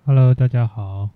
Hello，大家好。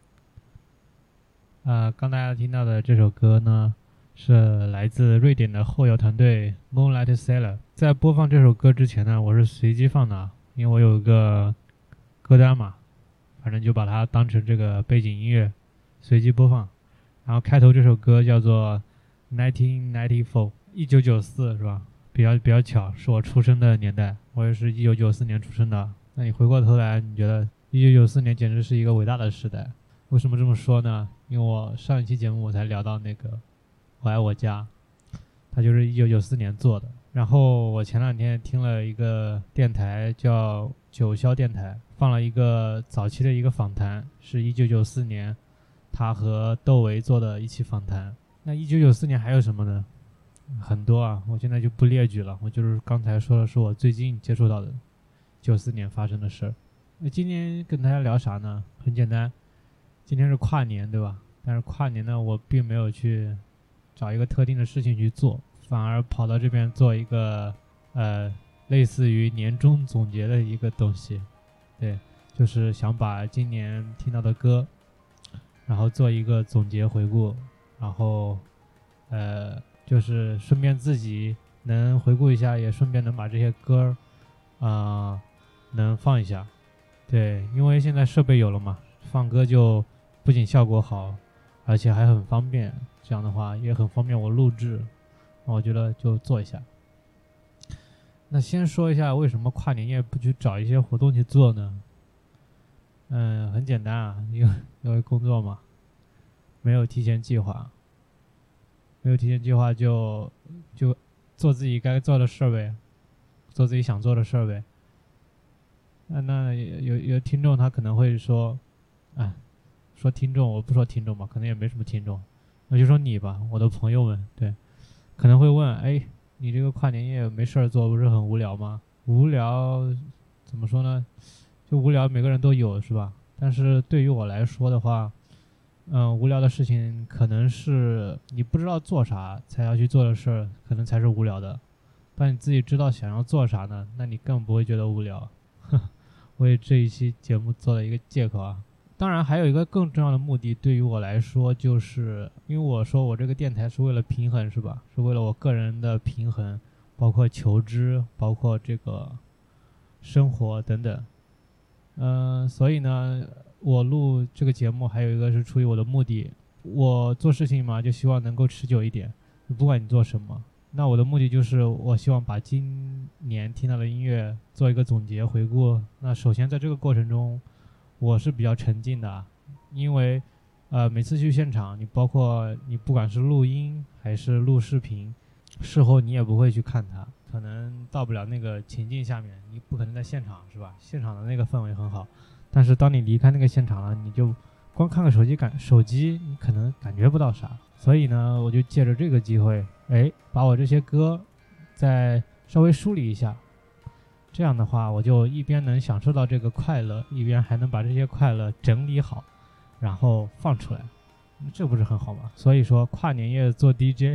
刚大家听到的这首歌呢，是来自瑞典的后摇团队 Moonlight Sailor。在播放这首歌之前呢，我是随机放的，因为我有一个歌单嘛，反正就把它当成这个背景音乐，随机播放。然后开头这首歌叫做1994，1994是吧？比较巧，是我出生的年代，我也是1994年出生的。那你回过头来，你觉得1994年简直是一个伟大的时代？为什么这么说呢？因为我上一期节目我才聊到那个《我爱我家》，它就是1994年做的。然后我前两天听了一个电台叫九霄电台，放了一个早期的一个访谈，是1994年他和窦唯做的一期访谈。那1994年还有什么呢？很多啊，我现在就不列举了。我就是刚才说的是我最近接触到的94年发生的事儿。那今天跟大家聊啥呢？很简单，今天是跨年，对吧？但是跨年呢，我并没有去找一个特定的事情去做，反而跑到这边做一个类似于年终总结的一个东西。对，就是想把今年听到的歌，然后做一个总结回顾，然后就是顺便自己能回顾一下，也顺便能把这些歌能放一下。对，因为现在设备有了嘛，放歌就不仅效果好，而且还很方便。这样的话也很方便我录制，我觉得就做一下。那先说一下为什么跨年夜不去找一些活动去做呢？很简单啊，因为工作嘛，没有提前计划，没有提前计划就做自己该做的事儿呗，做自己想做的事儿呗。那有听众他可能会说，哎，说听众我不说听众吧，可能也没什么听众，我就说你吧，我的朋友们，对，可能会问，哎，你这个跨年夜没事儿做，不是很无聊吗？无聊怎么说呢？就无聊，每个人都有是吧？但是对于我来说的话，无聊的事情可能是你不知道做啥才要去做的事儿，可能才是无聊的。当你自己知道想要做啥呢，那你更不会觉得无聊。为这一期节目做了一个借口啊。当然，还有一个更重要的目的，对于我来说，就是因为我说我这个电台是为了平衡，是吧？是为了我个人的平衡，包括求知，包括这个生活等等。所以呢，我录这个节目还有一个是出于我的目的，我做事情嘛，就希望能够持久一点，不管你做什么。那我的目的就是，我希望把今年听到的音乐做一个总结回顾。那首先在这个过程中，我是比较沉浸的，因为每次去现场，你包括你不管是录音还是录视频，事后你也不会去看它，可能到不了那个情境下面，你不可能在现场是吧？现场的那个氛围很好，但是当你离开那个现场了，你就光看个手机你可能感觉不到啥。所以呢，我就借着这个机会，把我这些歌再稍微梳理一下。这样的话，我就一边能享受到这个快乐，一边还能把这些快乐整理好，然后放出来，这不是很好吗？所以说，跨年夜做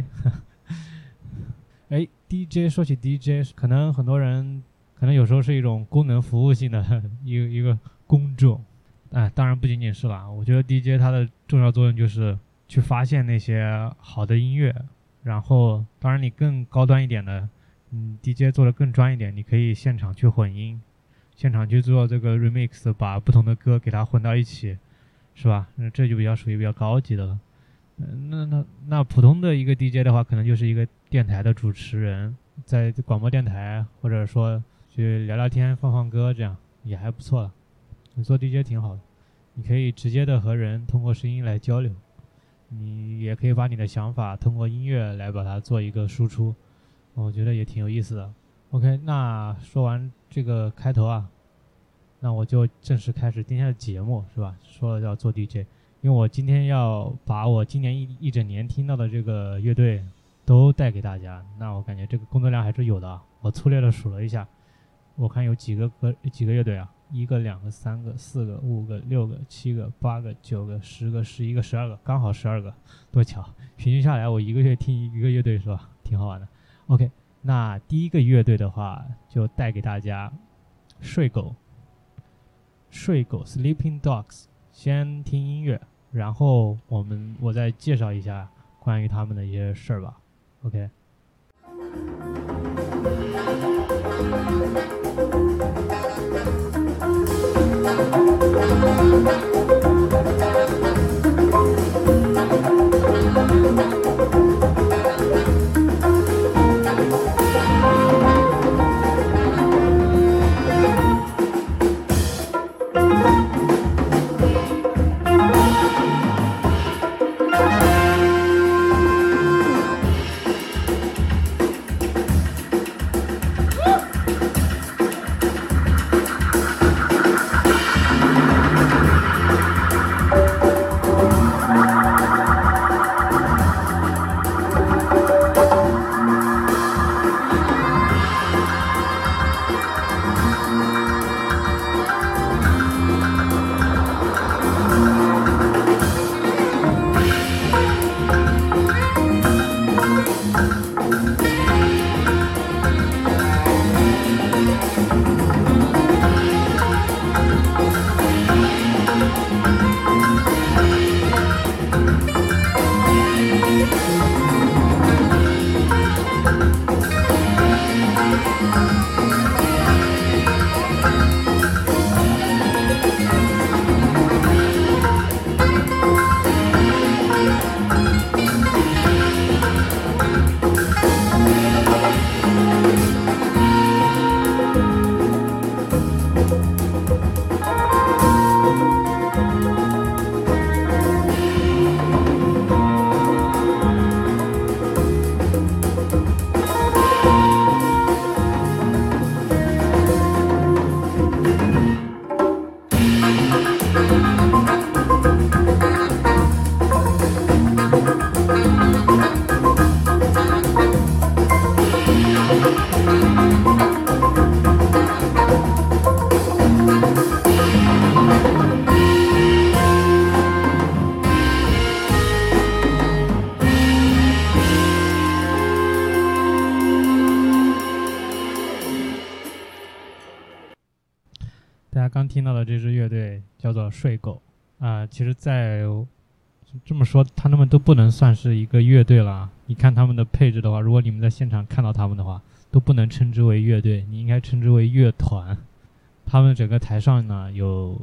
DJ，DJ 说起 DJ，可能很多人可能有时候是一种功能服务性的一个公众，当然不仅仅是啦。我觉得 DJ 它的重要作用就是去发现那些好的音乐，然后当然你更高端一点的DJ 做的更专一点，你可以现场去混音，现场去做这个 remix， 把不同的歌给它混到一起，是吧？这就属于比较高级的了。那普通的一个 DJ 的话，可能就是一个电台的主持人，在广播电台或者说去聊聊天、放放歌，这样也还不错了。你做 DJ 挺好的，你可以直接的和人通过声音来交流，你也可以把你的想法通过音乐来把它做一个输出，我觉得也挺有意思的。OK，那说完这个开头啊，那我就正式开始今天的节目，是吧？说了要做 DJ，因为我今天要把我今年一整年听到的这个乐队都带给大家，那我感觉这个工作量还是有的啊。我粗略的数了一下，我看有几个乐队啊，1个、2个、3个、4个、5个、6个、7个、8个、9个、10个、11个、12个，刚好12个，多巧！平均下来我一个月听一个乐队是吧？挺好玩的。OK， 那第一个乐队的话就带给大家睡狗。 睡狗 Sleeping Dogs。先听音乐，然后我再介绍一下关于他们的一些事儿吧。OK。大家刚听到的这支乐队叫做睡狗其实在这么说他们都不能算是一个乐队了。你看他们的配置的话，如果你们在现场看到他们的话，都不能称之为乐队，你应该称之为乐团。他们整个台上呢有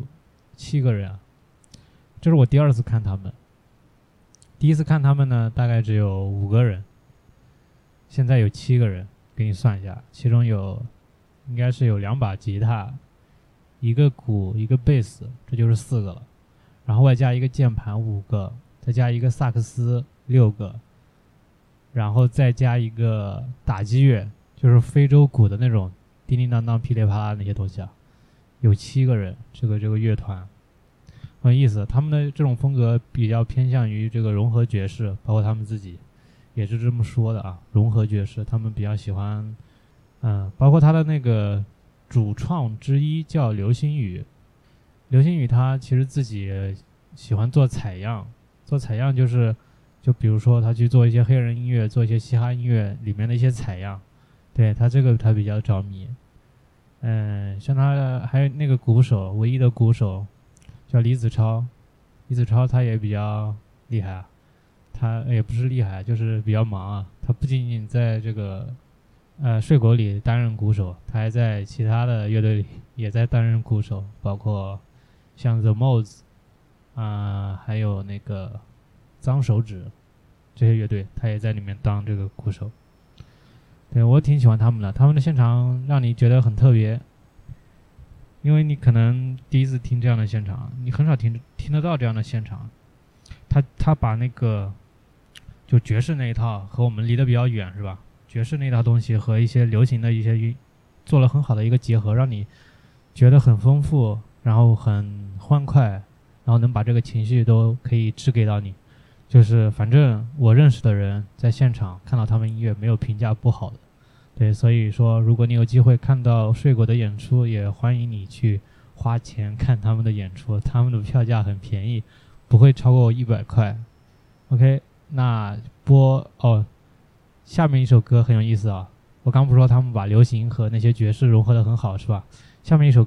7个人这是我第2次看他们。第一次看他们呢大概只有5个人，现在有7个人，给你算一下，其中应该是有2把吉他，一个鼓，一个贝斯，这就是4个了。然后外加一个键盘5个，再加一个萨克斯6个，然后再加一个打击乐，就是非洲鼓的那种叮叮当当噼里啪啦那些东西有7个人，这个乐团很有意思。他们的这种风格比较偏向于这个融合爵士，包括他们自己也是这么说的融合爵士，他们比较喜欢包括他的那个主创之一叫流星雨。流星雨他其实自己喜欢做采样就比如说他去做一些黑人音乐，做一些嘻哈音乐里面的一些采样，对他这个他比较着迷。像他还有那个鼓手，唯一的鼓手叫李子超他也比较厉害他也不是厉害，就是比较忙他不仅仅在这个睡狗里担任鼓手，他还在其他的乐队里也在担任鼓手，包括像 The Mods 还有那个脏手指这些乐队，他也在里面当这个鼓手。对，我挺喜欢他们的，他们的现场让你觉得很特别，因为你可能第一次听这样的现场，你很少听得到这样的现场。他把那个就爵士那一套和我们离得比较远，是吧？爵士那套东西和一些流行的一些音做了很好的一个结合，让你觉得很丰富，然后很欢快，然后能把这个情绪都可以支给到你。就是反正我认识的人在现场看到他们音乐没有评价不好的。对，所以说如果你有机会看到睡狗的演出，也欢迎你去花钱看他们的演出，他们的票价很便宜，不会超过100块。 OK， 那下面一首歌很有意思我刚不是说他们把流行和那些爵士融合得很好是吧？下面一首歌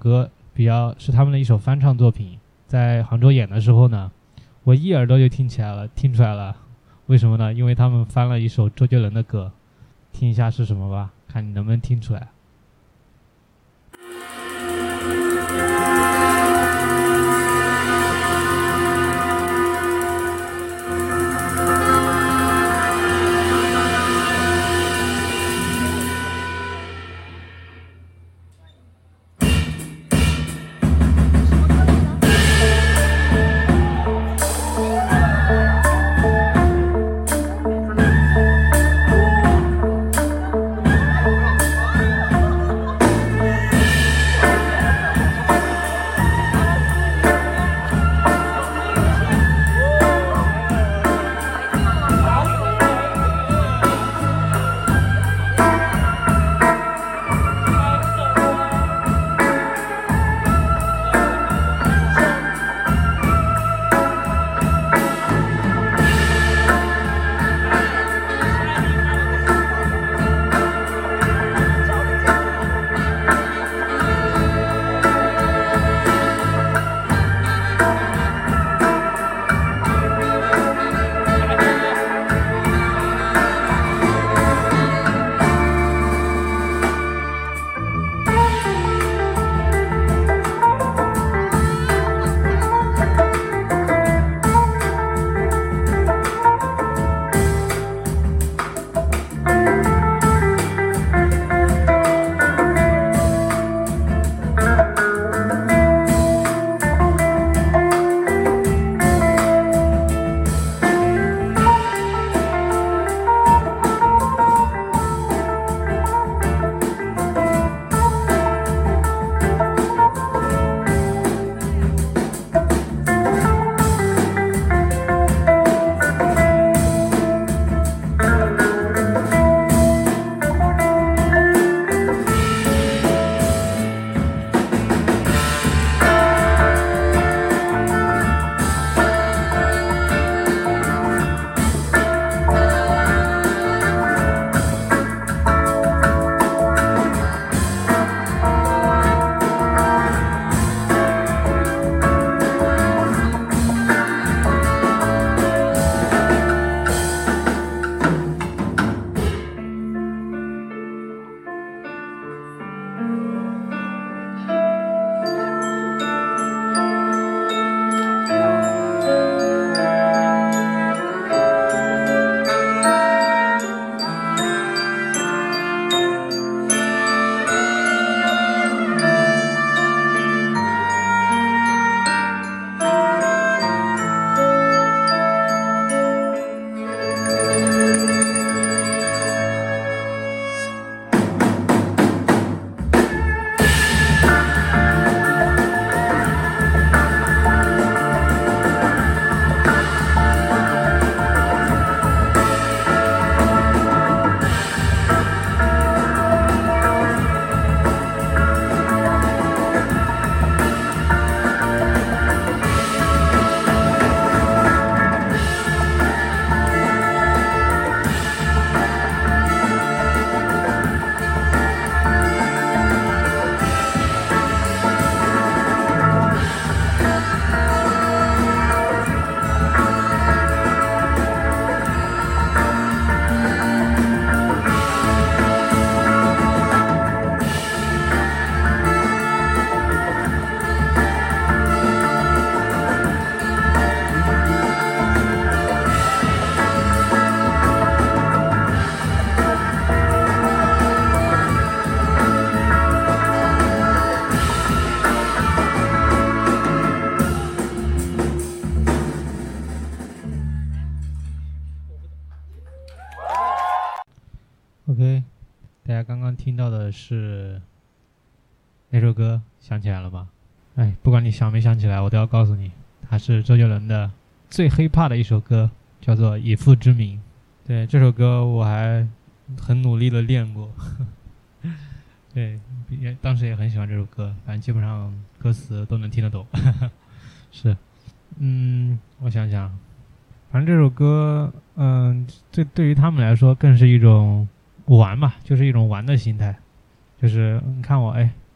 是他们的一首翻唱作品，在杭州演的时候呢，我一耳朵就听出来了。为什么呢？因为他们翻了一首周杰伦的歌，听一下是什么吧，看你能不能听出来。OK， 大家刚刚听到的是那首歌，想起来了吗？哎，不管你想没想起来，我都要告诉你，它是周杰伦的最黑怕的一首歌，叫做《以父之名》。对，这首歌我还很努力的练过。对，当时也很喜欢这首歌，反正基本上歌词都能听得懂。是，我想想，反正这首歌，对于他们来说更是一种玩嘛，就是一种玩的心态，就是你看我，不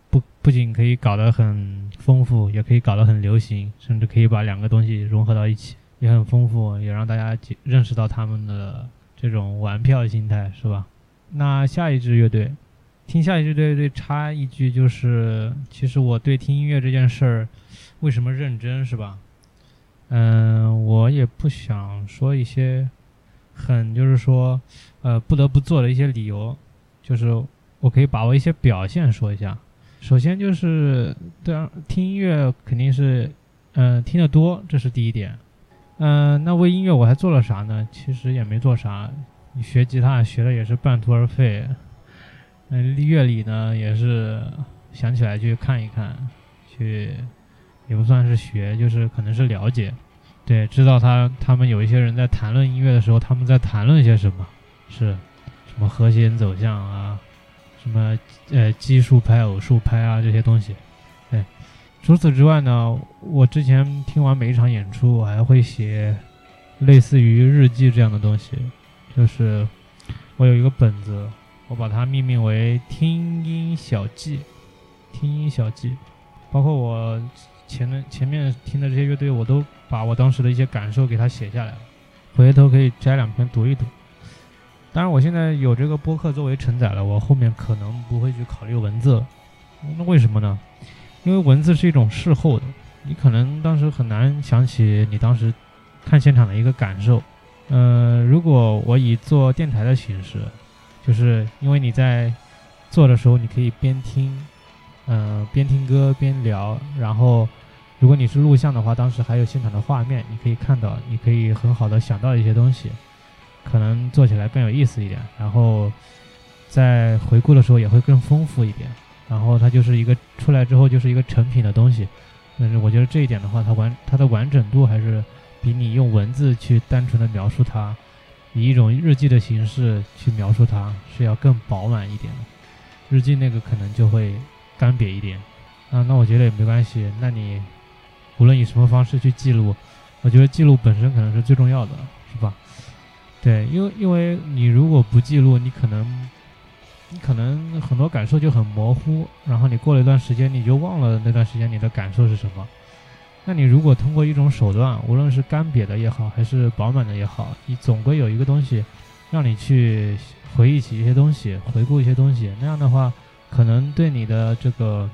不仅可以搞得很丰富，也可以搞得很流行，甚至可以把两个东西融合到一起，也很丰富，也让大家认识到他们的这种玩票心态，是吧？那下一支乐队，听下一支乐队插一句，就是其实我对听音乐这件事儿为什么认真，是吧？我也不想说一些就是说不得不做的一些理由，就是我可以把握一些表现说一下。首先就是对啊，听音乐肯定是听得多，这是第一点。那为音乐我还做了啥呢？其实也没做啥，你学吉他学的也是半途而废。乐理呢也是想起来去看一看，去也不算是学，就是可能是了解。对，知道他们有一些人在谈论音乐的时候，他们在谈论些什么，是什么和弦走向啊，什么奇数拍、偶数拍啊这些东西。对，除此之外呢，我之前听完每一场演出，我还会写类似于日记这样的东西，就是我有一个本子，我把它命名为听音小记。听音小记，包括我前面听的这些乐队，我都把我当时的一些感受给它写下来了，回头可以摘两篇读一读。当然我现在有这个播客作为承载了，我后面可能不会去考虑文字了。那为什么呢？因为文字是一种事后的，你可能当时很难想起你当时看现场的一个感受。如果我以做电台的形式，就是因为你在做的时候你可以边听歌边聊，然后如果你是录像的话，当时还有现场的画面，你可以看到，你可以很好的想到一些东西，可能做起来更有意思一点，然后在回顾的时候也会更丰富一点，然后它就是一个出来之后就是一个成品的东西。但是我觉得这一点的话，它的完整度还是比你用文字去单纯的描述它，以一种日记的形式去描述它是要更饱满一点的。日记那个可能就会干瘪一点那我觉得也没关系。那你无论以什么方式去记录，我觉得记录本身可能是最重要的，是吧？对，因为你如果不记录，你可能很多感受就很模糊，然后你过了一段时间你就忘了那段时间你的感受是什么。那你如果通过一种手段，无论是干瘪的也好还是饱满的也好，你总归有一个东西让你去回忆起一些东西，回顾一些东西，那样的话可能对你的这个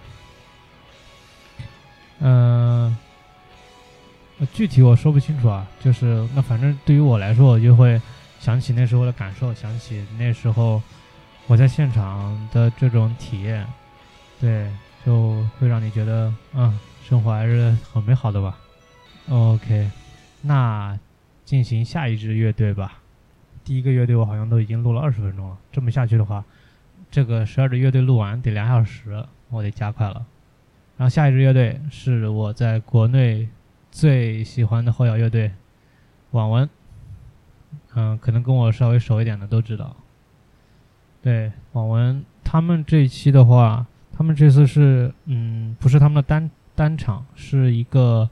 具体我说不清楚啊，就是那反正对于我来说，我就会想起那时候的感受，想起那时候我在现场的这种体验，对，就会让你觉得生活还是很美好的吧。OK， 那进行下一支乐队吧。第一个乐队我好像都已经录了20分钟了，这么下去的话，这个12支乐队录完得2小时，我得加快了。然后下一支乐队是我在国内最喜欢的后摇乐队网文，可能跟我稍微熟一点的都知道。对，网文他们这一期的话，他们这次是不是他们的单场，是一个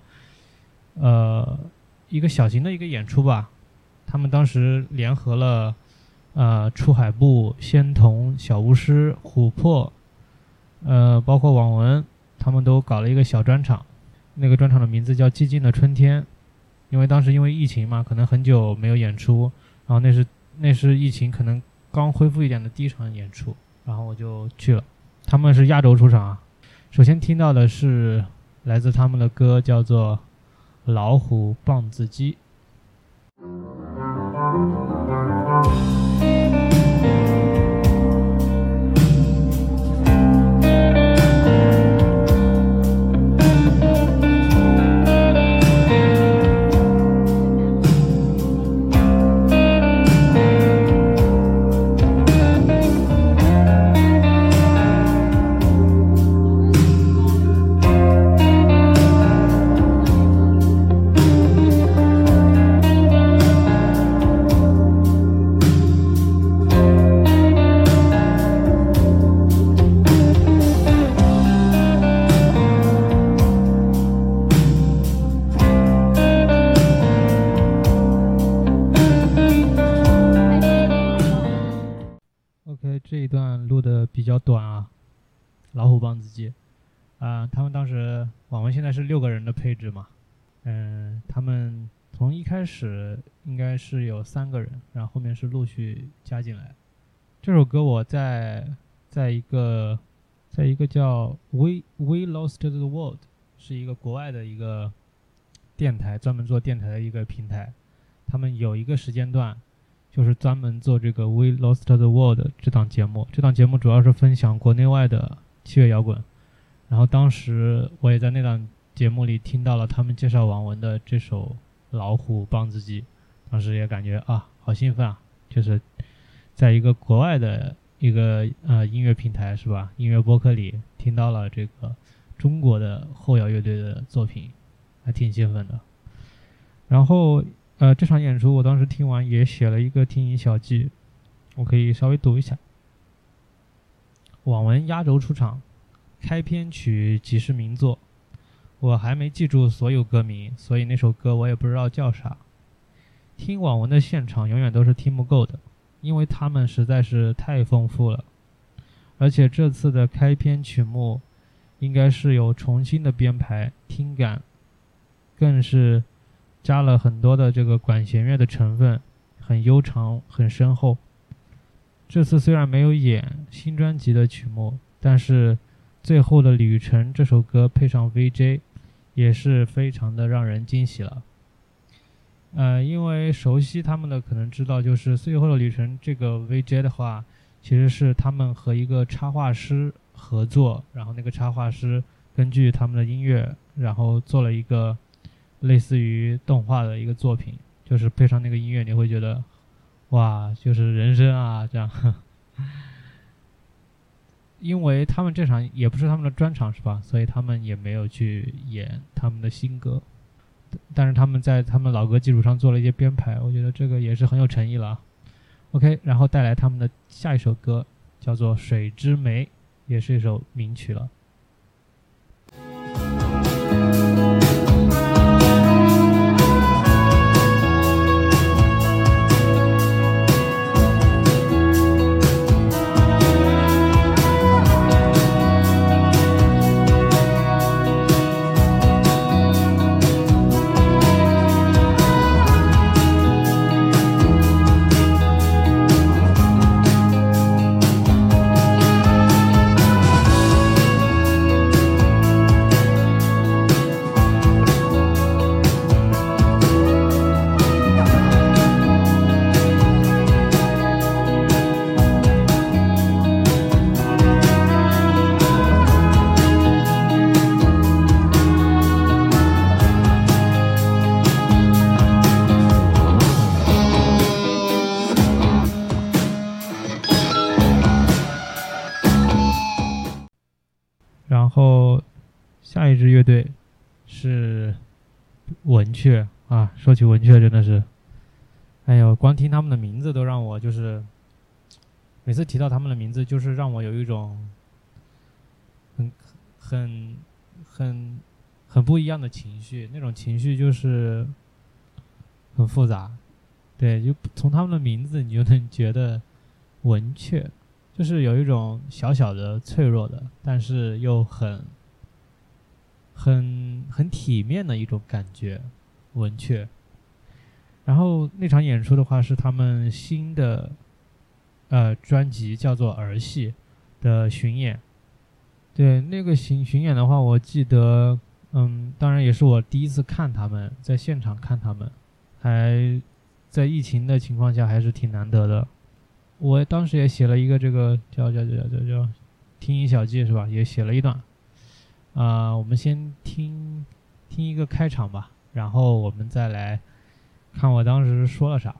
小型的一个演出吧。他们当时联合了出海部、仙童、小巫师、琥珀，包括网文，他们都搞了一个小专场。那个专场的名字叫寂静的春天，因为当时因为疫情嘛，可能很久没有演出，然后那是疫情可能刚恢复一点的第一场演出，然后我就去了。他们是压轴出场啊。首先听到的是来自他们的歌，叫做《老虎棒子鸡》。OK， 这一段录的比较短啊，老虎棒子鸡。 他们当时网文现在是6个人的配置嘛，他们从一开始应该是有3个人，然后后面是陆续加进来。这首歌我在一个叫 We Lost the World， 是一个国外的一个电台，专门做电台的一个平台，他们有一个时间段就是专门做这个 We Lost the World 这档节目。这档节目主要是分享国内外的器乐摇滚，然后当时我也在那档节目里听到了他们介绍网文的这首老虎棒子鸡，当时也感觉好兴奋啊，就是在一个国外的一个音乐平台是吧，音乐播客里听到了这个中国的后摇乐队的作品，还挺兴奋的。然后这场演出我当时听完也写了一个听音小记，我可以稍微读一下。网文压轴出场，开篇曲即是名作，我还没记住所有歌名，所以那首歌我也不知道叫啥。听网文的现场永远都是听不够的，因为他们实在是太丰富了，而且这次的开篇曲目应该是有重新的编排，听感更是加了很多的这个管弦乐的成分，很悠长很深厚。这次虽然没有演新专辑的曲目，但是最后的旅程这首歌配上 VJ 也是非常的让人惊喜了。因为熟悉他们的可能知道，就是最后的旅程这个 VJ 的话，其实是他们和一个插画师合作，然后那个插画师根据他们的音乐，然后做了一个类似于动画的一个作品，就是配上那个音乐你会觉得哇，就是人生啊这样。因为他们这场也不是他们的专场是吧，所以他们也没有去演他们的新歌，但是他们在他们老歌基础上做了一些编排，我觉得这个也是很有诚意了。 OK， 然后带来他们的下一首歌叫做水之梅，也是一首名曲了。然后下一支乐队是文雀啊，说起文雀真的是，哎呦，光听他们的名字都让我就是每次提到他们的名字，就是让我有一种很不一样的情绪，那种情绪就是很复杂。对，就从他们的名字你就能觉得文雀就是有一种小小的脆弱的，但是又很体面的一种感觉，文雀。然后那场演出的话是他们新的专辑叫做儿戏的巡演。对，那个巡演的话我记得当然也是我第一次看他们，在现场看他们，还在疫情的情况下还是挺难得的。我当时也写了一个这个叫听音小记是吧，也写了一段。我们先听一个开场吧，然后我们再来看我当时说了啥。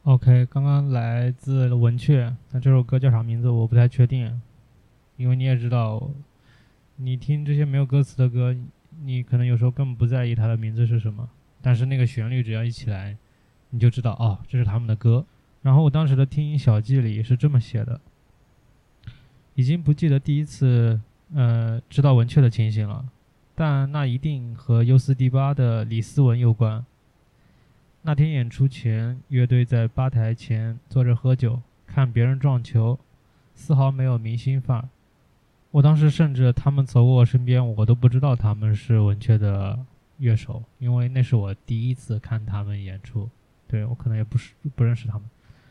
OK，刚刚来自文雀，那这首歌叫啥名字我不太确定，因为你也知道，你听这些没有歌词的歌，你可能有时候根本不在意它的名字是什么，但是那个旋律只要一起来，你就知道哦，这是他们的歌。然后我当时的听音小记里是这么写的，已经不记得第一次知道文雀的情形了，但那一定和优斯迪巴的李斯文有关。那天演出前，乐队在吧台前坐着喝酒，看别人撞球，丝毫没有明星范儿。我当时甚至他们走过我身边，我都不知道他们是文雀的乐手，因为那是我第一次看他们演出。对，我可能也不认识他们。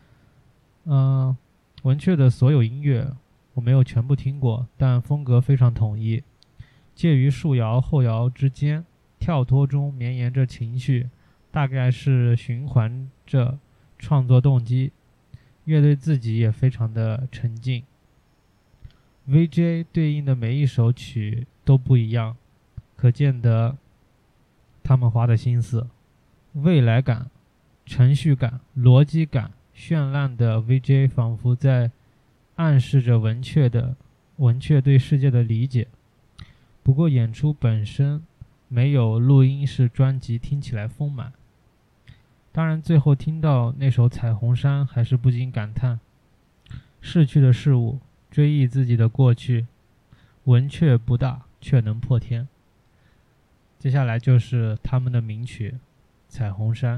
文雀的所有音乐我没有全部听过，但风格非常统一，介于束摇后摇之间，跳脱中绵延着情绪，大概是循环着创作动机。乐队自己也非常的沉静。VJ 对应的每一首曲都不一样，可见得他们花的心思。未来感、程序感、逻辑感绚烂的 VJ 仿佛在暗示着文雀对世界的理解。不过演出本身没有录音室专辑听起来丰满。当然最后听到那首彩虹山还是不禁感叹，逝去的事物，追忆自己的过去，文雀不大却能破天。接下来就是他们的名曲《彩虹山》。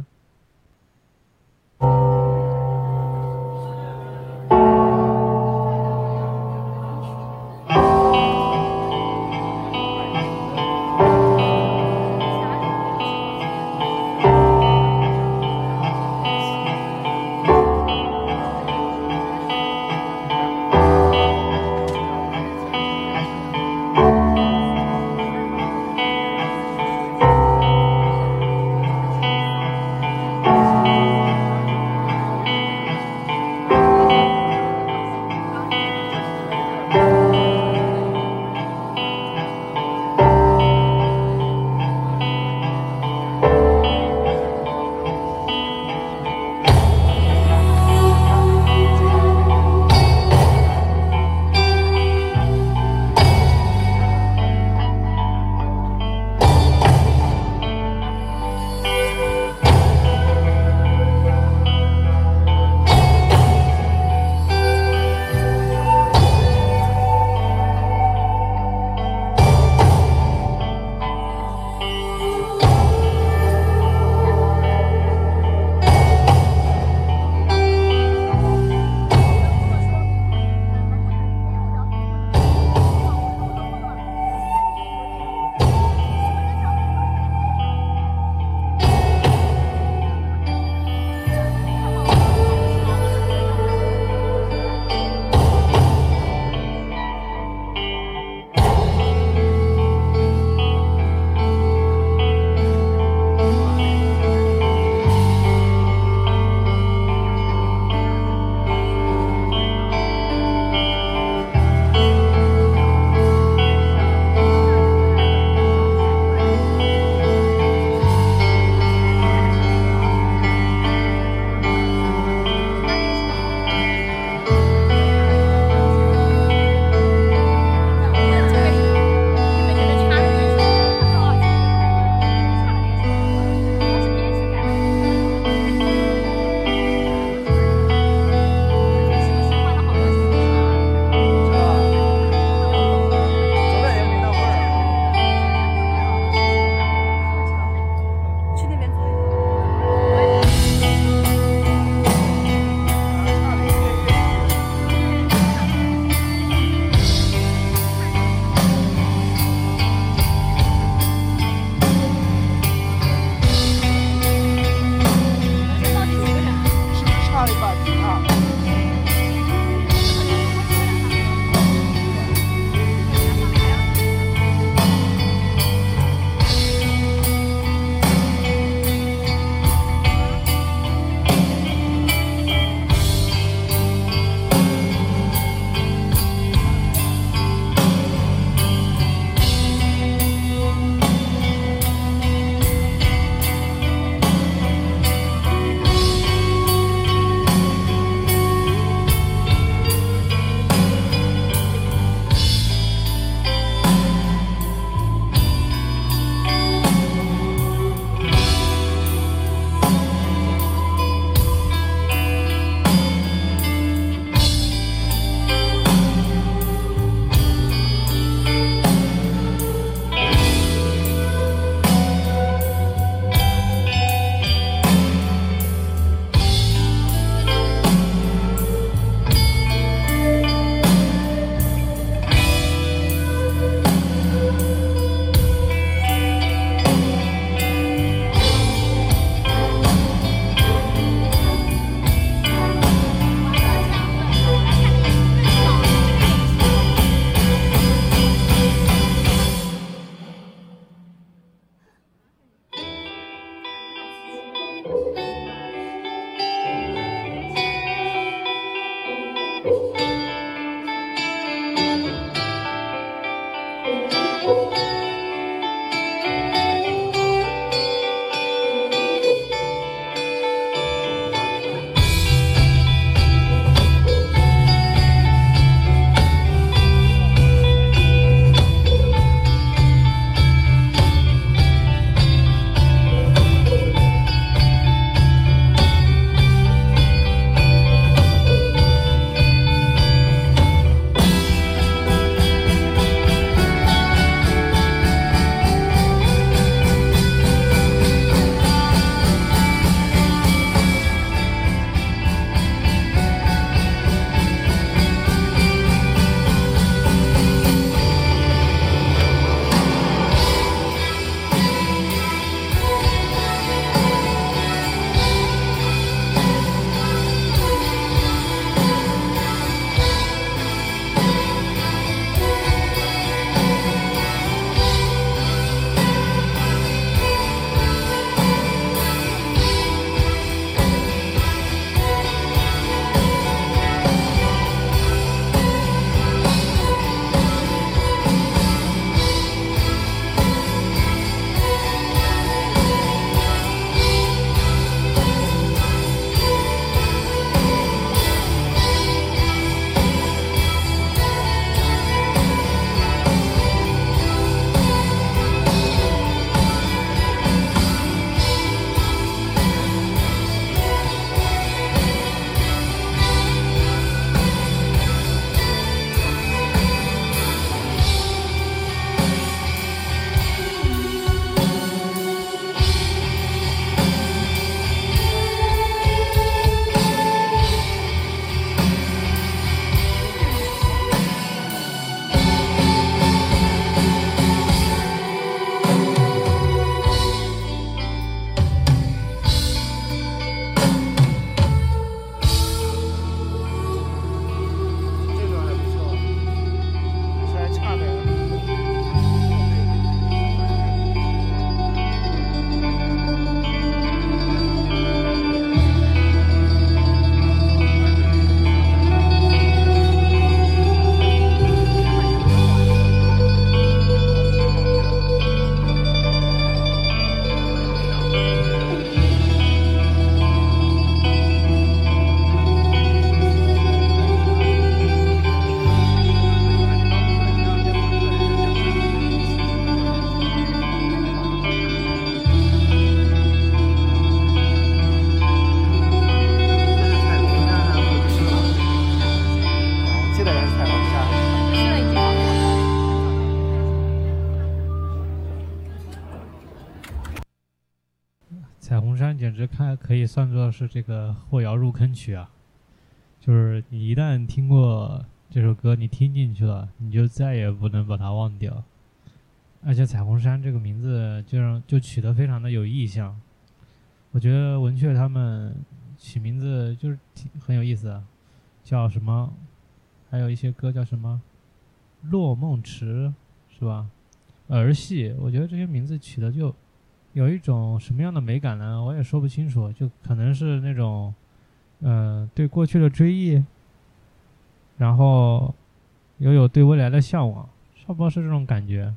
可以算作是这个后摇入坑曲啊。就是你一旦听过这首歌，你听进去了，你就再也不能把它忘掉。而且彩虹山这个名字就取得非常的有意象，我觉得文雀他们取名字就是很有意思啊，叫什么？还有一些歌叫什么《落梦池》是吧？儿戏，我觉得这些名字取的就有一种什么样的美感呢？我也说不清楚，就可能是那种对过去的追忆，然后有对未来的向往，差不多是这种感觉。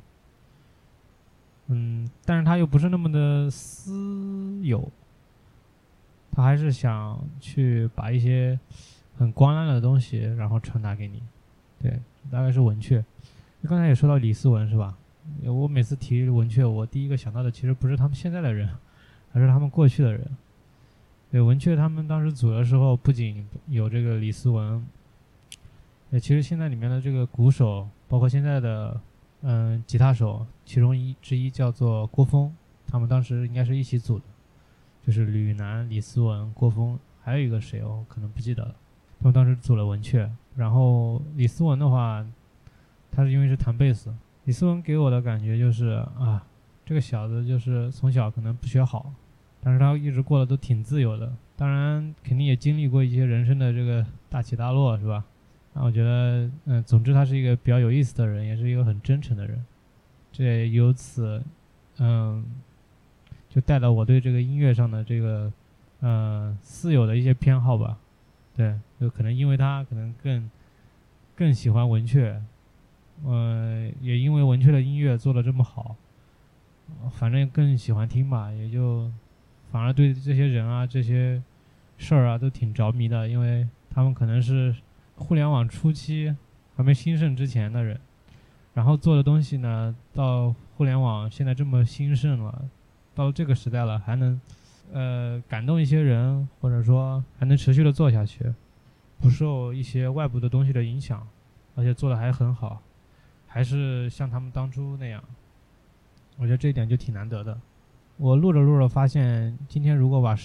但是他又不是那么的私有，他还是想去把一些很光亮的东西然后传达给你。对，大概是文雀。刚才也说到李思文是吧？我每次提文雀，我第一个想到的其实不是他们现在的人，而是他们过去的人。对，文雀他们当时组的时候，不仅有这个李思文，其实现在里面的这个鼓手，包括现在的吉他手，其中之一叫做郭峰，他们当时应该是一起组的，就是吕楠、李思文、郭峰，还有一个谁可能不记得了。他们当时组了文雀，然后李思文的话，他是因为是弹贝斯。李思文给我的感觉就是这个小子就是从小可能不学好，但是他一直过得都挺自由的，当然肯定也经历过一些人生的这个大起大落，是吧？我觉得总之他是一个比较有意思的人，也是一个很真诚的人。这由此就带到我对这个音乐上的这个私有的一些偏好吧。对，就可能因为他可能更喜欢文雀，也因为文雀的音乐做得这么好，反正更喜欢听吧，也就反而对这些人啊这些事儿啊都挺着迷的，因为他们可能是互联网初期还没兴盛之前的人，然后做的东西呢，到互联网现在这么兴盛了，到了这个时代了，还能感动一些人，或者说还能持续的做下去，不受一些外部的东西的影响，而且做的还很好，还是像他们当初那样，我觉得这一点就挺难得的。我录着录着发现，今天如果把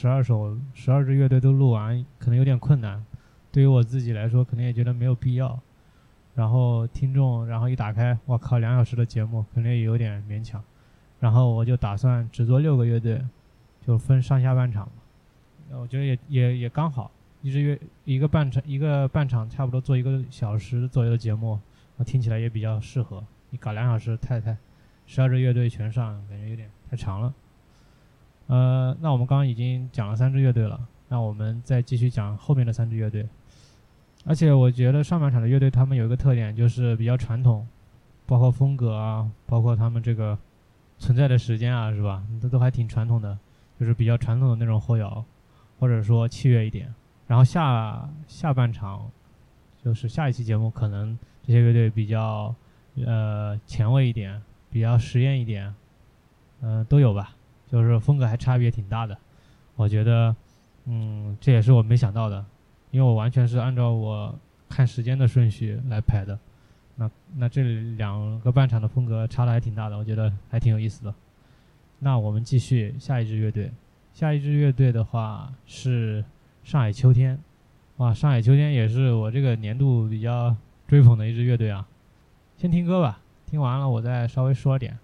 12支乐队都录完，可能有点困难。对于我自己来说，可能也觉得没有必要。然后听众，然后一打开，我靠，2小时的节目，可能也有点勉强。然后我就打算只做6个乐队，就分上下半场嘛。我觉得也刚好，一个半场差不多做1个小时左右的节目，听起来也比较适合。你搞2小时太12支乐队全上，感觉有点太长了。那我们刚刚已经讲了3支乐队了，那我们再继续讲后面的3支乐队。而且我觉得上半场的乐队他们有一个特点，就是比较传统，包括风格啊，包括他们这个存在的时间啊，是吧？都还挺传统的，就是比较传统的那种后摇，或者说器乐一点。然后下半场，就是下一期节目，可能这些乐队比较前卫一点，比较实验一点，都有吧。就是风格还差别挺大的，我觉得，这也是我没想到的，因为我完全是按照我看时间的顺序来排的。那这2个半场的风格差的还挺大的，我觉得还挺有意思的。那我们继续下一支乐队，下一支乐队的话是上海秋天。哇，上海秋天也是我这个年度比较追捧的一支乐队啊。先听歌吧，听完了我再稍微说点。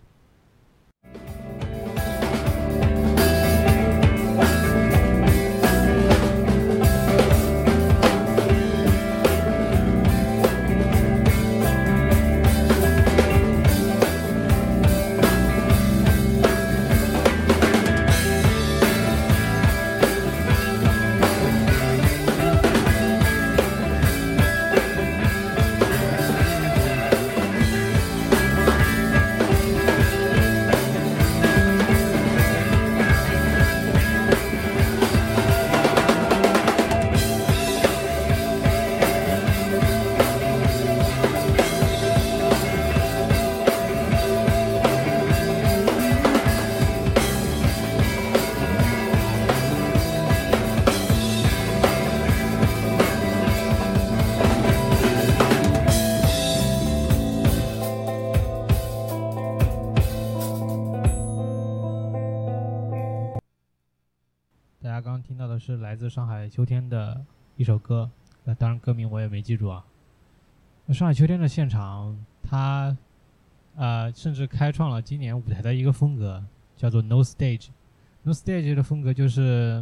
是来自上海秋天的一首歌，当然歌名我也没记住啊。上海秋天的现场，它甚至开创了今年舞台的一个风格，叫做 No Stage。No Stage 的风格就是，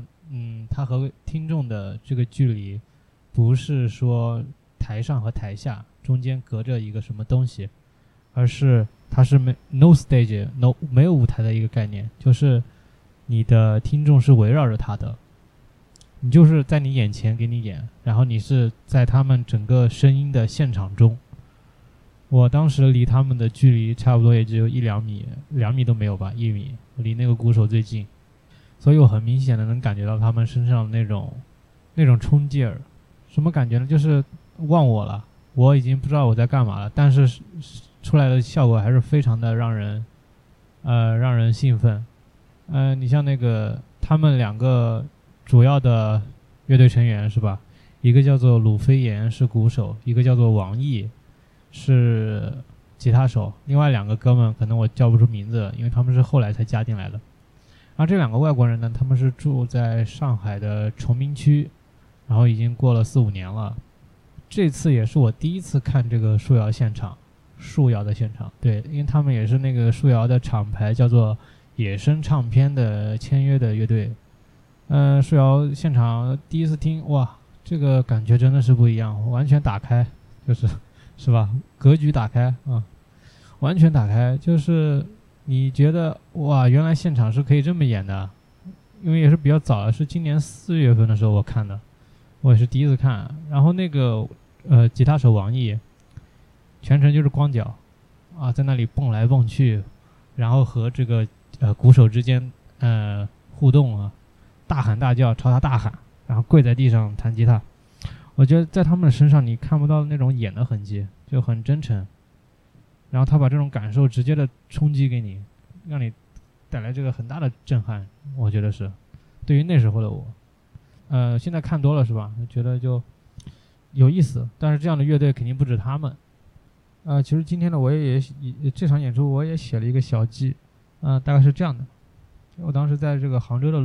它和听众的这个距离，不是说台上和台下中间隔着一个什么东西，而是它是No Stage， 没有舞台的一个概念，就是你的听众是围绕着他的，你就是在你眼前给你演，然后你是在他们整个声音的现场中。我当时离他们的距离差不多也只有1-2米，2米都没有吧，1米，我离那个鼓手最近，所以我很明显的能感觉到他们身上那种冲劲儿。什么感觉呢？就是忘我了，我已经不知道我在干嘛了，但是出来的效果还是非常的让人兴奋。你像那个他们2个主要的乐队成员是吧？一个叫做鲁飞岩是鼓手，一个叫做王毅是吉他手，另外2个哥们可能我叫不出名字，因为他们是后来才加进来的。然后这2个外国人呢，他们是住在上海的崇明区，然后已经过了4-5年了。这次也是我第一次看这个树摇的现场，对，因为他们也是那个树摇的厂牌叫做野生唱片的签约的乐队。树摇现场第一次听，哇，这个感觉真的是不一样，完全打开，是吧？格局打开啊，完全打开，就是你觉得哇，原来现场是可以这么演的。因为也是比较早了，是今年4月份的时候我看的，我也是第一次看。然后那个吉他手王毅全程就是光脚啊，在那里蹦来蹦去，然后和这个鼓手之间互动啊，大喊大叫，朝他大喊，然后跪在地上弹吉他。我觉得在他们的身上你看不到那种演的痕迹，就很真诚。然后他把这种感受直接的冲击给你，让你带来这个很大的震撼。我觉得是对于那时候的我，现在看多了是吧，觉得就有意思。但是这样的乐队肯定不止他们。其实今天呢，我也这场演出我也写了一个小记，大概是这样的。我当时在这个杭州的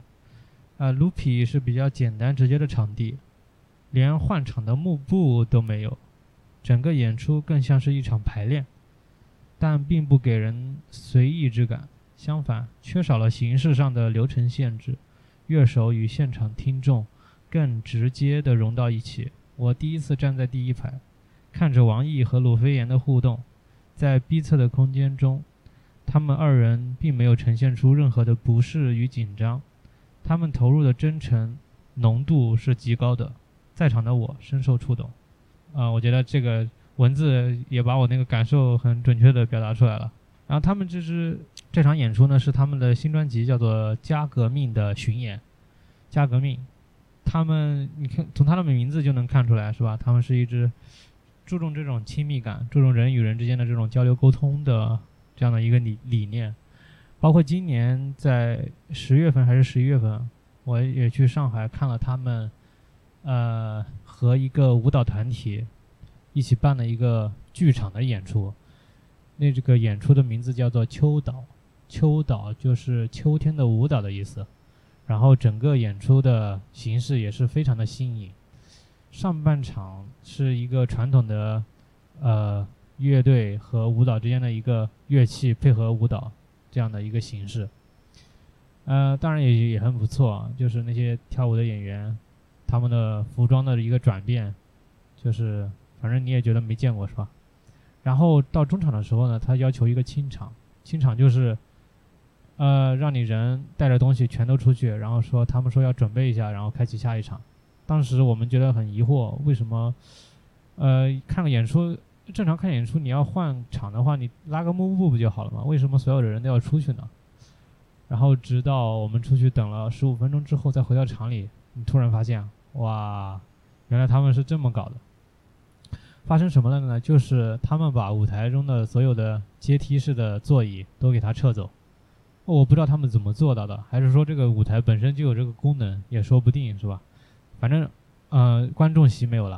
Loopy，Loopy 是比较简单直接的场地，连换场的幕布都没有，整个演出更像是一场排练，但并不给人随意之感，相反，缺少了形式上的流程限制，乐手与现场听众更直接地融到一起。我第一次站在第一排，看着王毅和鲁飞岩的互动，在逼仄的空间中，他们2人并没有呈现出任何的不适与紧张，他们投入的真诚浓度是极高的，在场的我深受触动。我觉得这个文字也把我那个感受很准确地表达出来了。然后他们这场演出呢，是他们的新专辑叫做《加革命》的巡演。加革命，他们你看从他们的名字就能看出来是吧？他们是一支注重这种亲密感，注重人与人之间的这种交流沟通的这样的一个理念。包括今年在10月份还是11月份，我也去上海看了他们和一个舞蹈团体一起办了一个剧场的演出。那这个演出的名字叫做秋岛，秋岛就是秋天的舞蹈的意思。然后整个演出的形式也是非常的新颖。上半场是一个传统的乐队和舞蹈之间的一个乐器配合舞蹈这样的一个形式。当然也很不错，就是那些跳舞的演员，他们的服装的一个转变，就是反正你也觉得没见过是吧？然后到中场的时候呢，他要求一个清场就是让你人带着东西全都出去，然后他们说要准备一下，然后开启下一场。当时我们觉得很疑惑，为什么看个演出，正常看演出你要换场的话，你拉个幕布不就好了吗？为什么所有的人都要出去呢？然后直到我们出去等了15分钟之后再回到场里，你突然发现，哇，原来他们是这么搞的。发生什么了呢？就是他们把舞台中的所有的阶梯式的座椅都给它撤走。我不知道他们怎么做到的，还是说这个舞台本身就有这个功能，也说不定是吧？反正观众席没有了，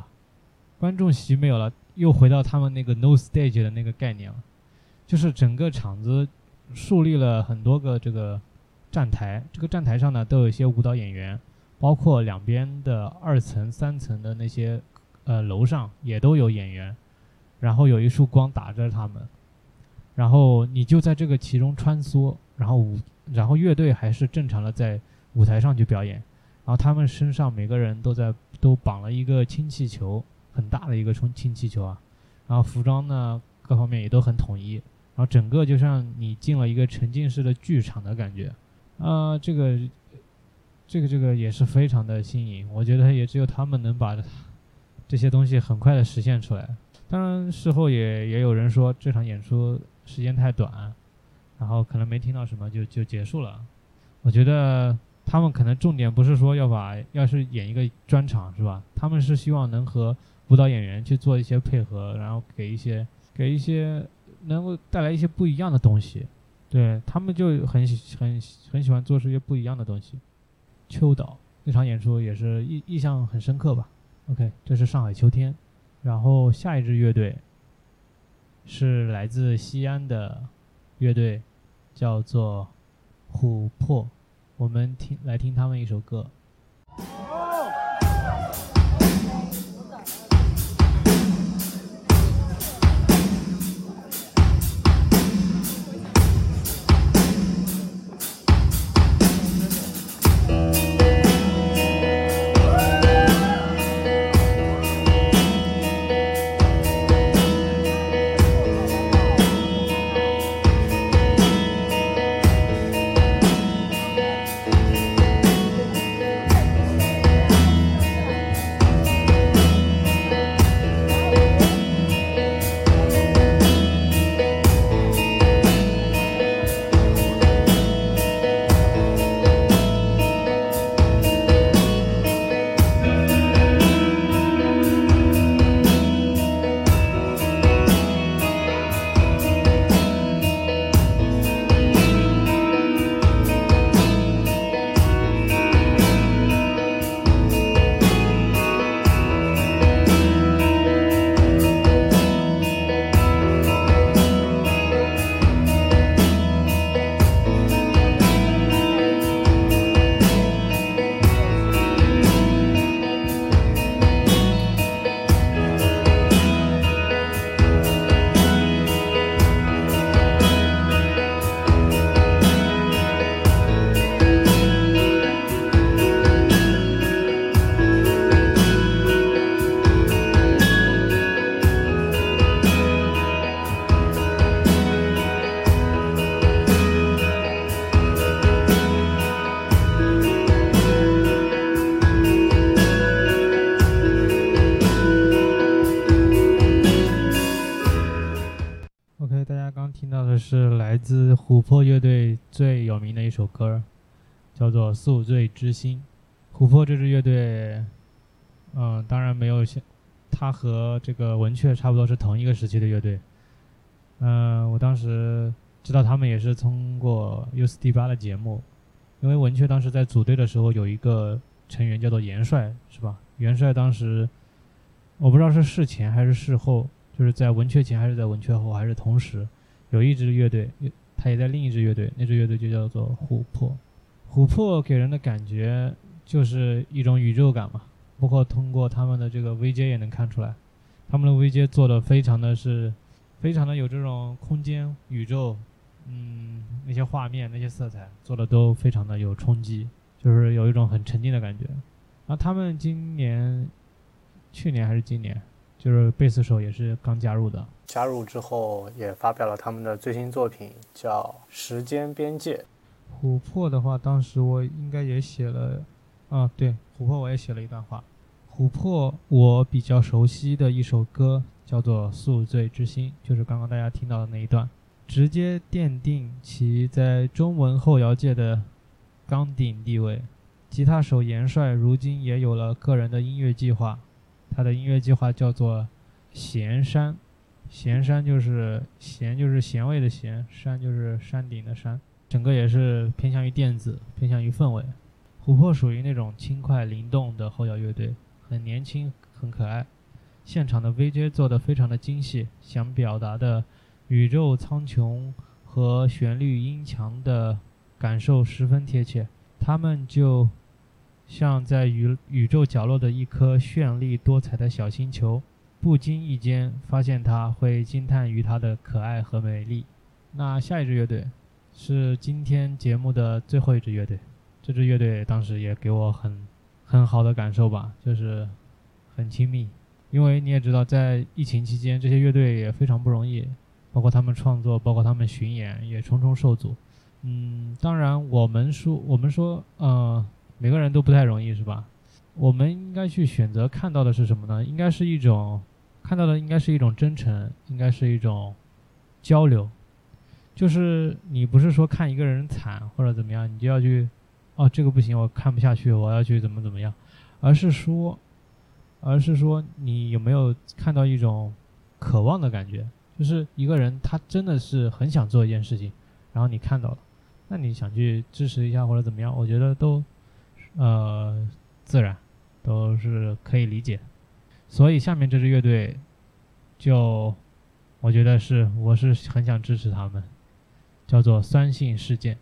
又回到他们那个 no stage 的那个概念了，就是整个场子树立了很多个这个站台，这个站台上呢都有一些舞蹈演员包括两边的2层、3层的那些楼上也都有演员，然后有一束光打着他们，然后你就在这个其中穿梭，然后乐队还是正常的在舞台上去表演，然后他们身上每个人都绑了一个氢气球，很大的一个氢气球啊，然后服装呢各方面也都很统一，然后整个就像你进了一个沉浸式的剧场的感觉，这个也是非常的新颖，我觉得也只有他们能把这些东西很快的实现出来。当然事后也有人说这场演出时间太短，然后可能没听到什么就结束了。我觉得他们可能重点不是说要是演一个专场是吧，他们是希望能和舞蹈演员去做一些配合，然后给一些能够带来一些不一样的东西。对，他们就很喜欢做出一些不一样的东西。秋岛那场演出也是印象很深刻吧。 OK， 这是上海秋天。然后下一支乐队是来自西安的乐队，叫做琥珀，我们来听他们一首歌。OK， 大家刚听到的是来自琥珀乐队最有名的一首歌，叫做《宿醉之心》。琥珀这支乐队，当然没有它和这个文雀差不多是同一个时期的乐队。我当时知道他们也是通过 U48 的节目，因为文雀当时在组队的时候有一个成员叫做元帅，是吧？元帅当时我不知道是事前还是事后，就是在文雀前还是在文雀后，还是同时有一支乐队，他也在另一支乐队，那支乐队就叫做琥珀。琥珀给人的感觉就是一种宇宙感嘛，包括通过他们的这个 VJ 也能看出来，他们的 VJ 做的非常的有这种空间宇宙，那些画面那些色彩做的都非常的有冲击，就是有一种很沉浸的感觉。然后他们去年还是今年，就是贝斯手也是刚加入的， 加入之后也发表了他们的最新作品叫《时间边界》。 琥珀的话当时我应该也写了对，琥珀我也写了一段话。琥珀我比较熟悉的一首歌叫做《宿醉之心》，就是刚刚大家听到的那一段，直接奠定其在中文后摇界的钢鼎地位。吉他手元帅如今也有了个人的音乐计划，他的音乐计划叫做弦山，弦山就是弦就是弦味的弦，山就是山顶的山，整个也是偏向于电子，偏向于氛围。琥珀属于那种轻快灵动的后摇乐队，很年轻很可爱，现场的 VJ 做得非常的精细，想表达的宇宙苍穹和旋律音强的感受十分贴切。他们就像在宇宙角落的一颗绚丽多彩的小星球，不经意间发现它，会惊叹于它的可爱和美丽。那下一支乐队是今天节目的最后一支乐队，这支乐队当时也给我很好的感受吧，就是很亲密。因为你也知道，在疫情期间，这些乐队也非常不容易，包括他们创作，包括他们巡演，也重重受阻。当然我们说，每个人都不太容易，是吧？我们应该去选择看到的是什么呢？看到的应该是一种真诚，应该是一种交流。就是你不是说看一个人惨或者怎么样，你就要去，这个不行，我看不下去，我要去怎么样，而是说你有没有看到一种渴望的感觉？就是一个人他真的是很想做一件事情，然后你看到了，那你想去支持一下或者怎么样，我觉得都自然，都是可以理解。所以下面这支乐队我觉得我是很想支持他们，叫做酸性事件。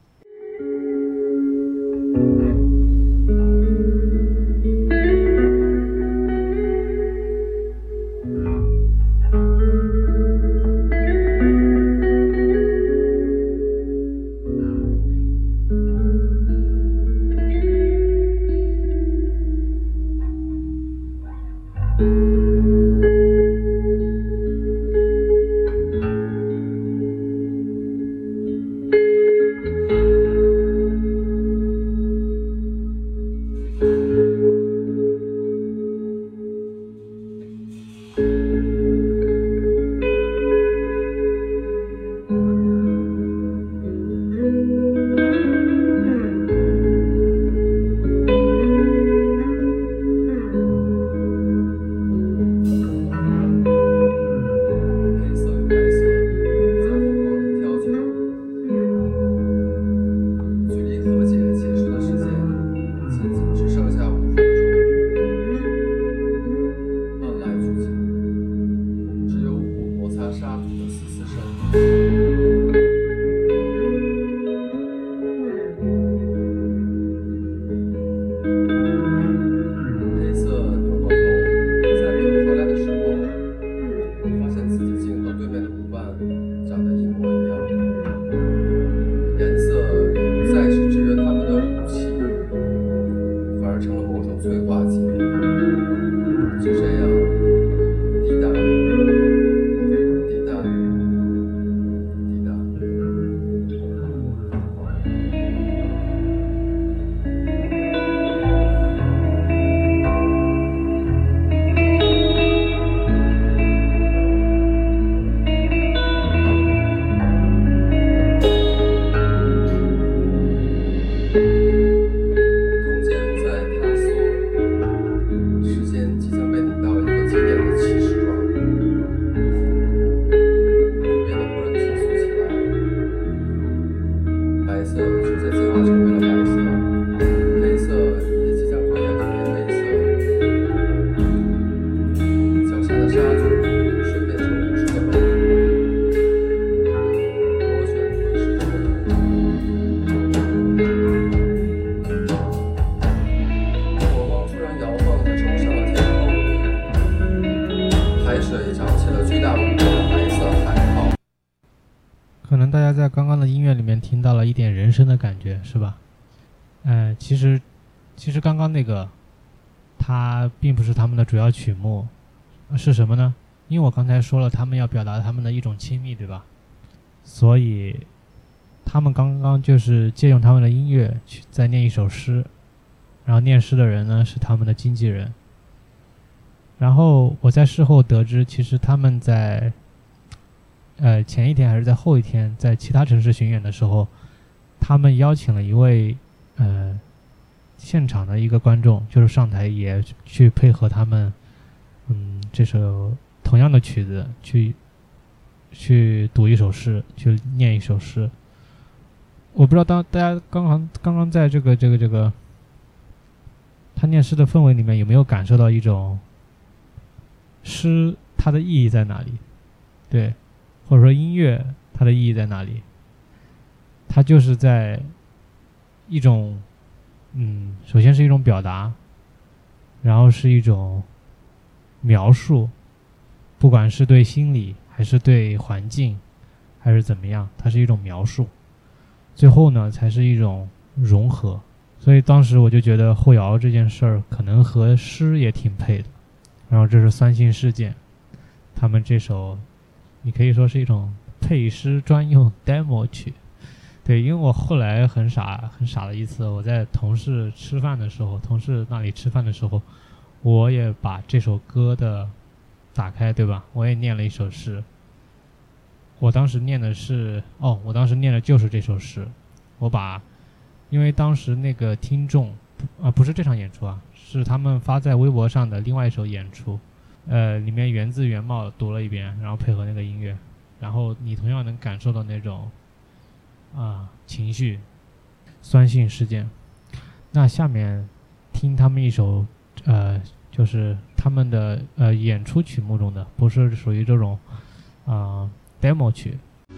可能大家在刚刚的音乐里面听到了一点人声的感觉，是吧？其实刚刚那个，它并不是他们的主要曲目，是什么呢？因为我刚才说了，他们要表达他们的一种亲密，对吧？所以他们刚刚就是借用他们的音乐去再念一首诗，然后念诗的人呢是他们的经纪人。然后我在事后得知，其实他们在前一天还是在后一天，在其他城市巡演的时候，他们邀请了一位现场的一个观众，就是上台也去配合他们，这首同样的曲子去读一首诗，去念一首诗。我不知道大家刚刚在这个他念诗的氛围里面有没有感受到一种诗它的意义在哪里？对。或者说音乐它的意义在哪里？它就是在一种首先是一种表达，然后是一种描述，不管是对心理还是对环境还是怎么样，它是一种描述，最后呢才是一种融合。所以当时我就觉得后摇这件事儿可能和诗也挺配的。然后这是酸性事件，他们这首你可以说是一种配诗专用 demo 曲。对，因为我后来很傻的一次，我在同事那里吃饭的时候，我也把这首歌的打开，对吧？我也念了一首诗。我当时念的就是这首诗。因为当时那个听众不是这场演出啊，是他们发在微博上的另外一首演出，里面原字原貌读了一遍，然后配合那个音乐，然后你同样能感受到那种情绪。酸性事件。那下面听他们一首就是他们的演出曲目中的，不是属于这种demo 曲。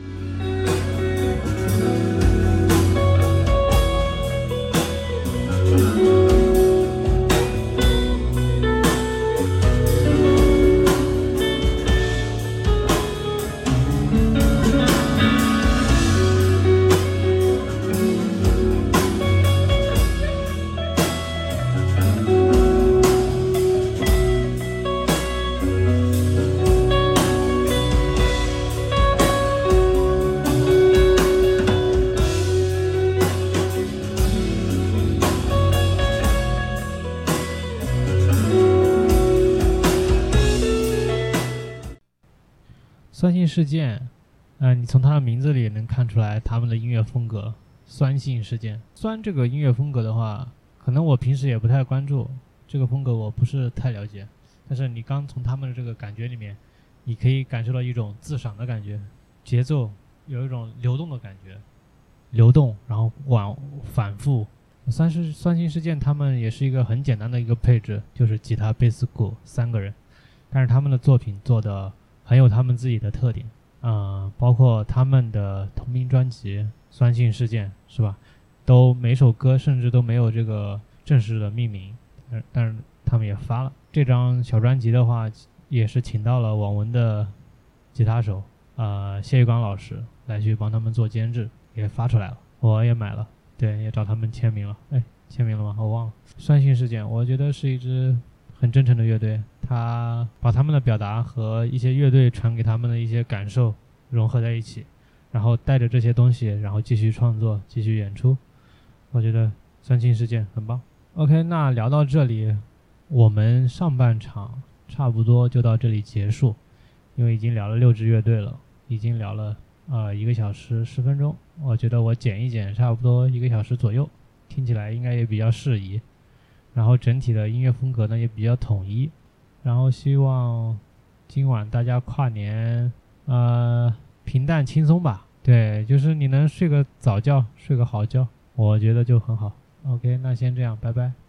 酸性事件，你从它的名字里能看出来他们的音乐风格。酸性事件，酸这个音乐风格的话，可能我平时也不太关注，这个风格我不是太了解。但是你刚从他们的这个感觉里面，你可以感受到一种自赏的感觉，节奏有一种流动的感觉，流动然后反复。酸性事件他们也是一个很简单的一个配置，就是吉他、贝斯、鼓3个人，但是他们的作品做的很有他们自己的特点，包括他们的同名专辑《酸性事件》是吧？每首歌甚至都没有这个正式的命名，但是他们也发了这张小专辑的话，也是请到了网文的吉他手谢玉刚老师来去帮他们做监制，也发出来了，我也买了，对，也找他们签名了。签名了吗？我忘了。酸性事件，我觉得是一支很真诚的乐队，他把他们的表达和一些乐队传给他们的一些感受融合在一起，然后带着这些东西，然后继续创作，继续演出。我觉得酸性事件很棒。OK， 那聊到这里，我们上半场差不多就到这里结束，因为已经聊了6支乐队了，已经聊了1个小时10分钟，我觉得我剪一剪差不多1个小时左右，听起来应该也比较适宜。然后整体的音乐风格呢也比较统一，然后希望今晚大家跨年平淡轻松吧，对，就是你能睡个早觉，睡个好觉，我觉得就很好。OK， 那先这样，拜拜。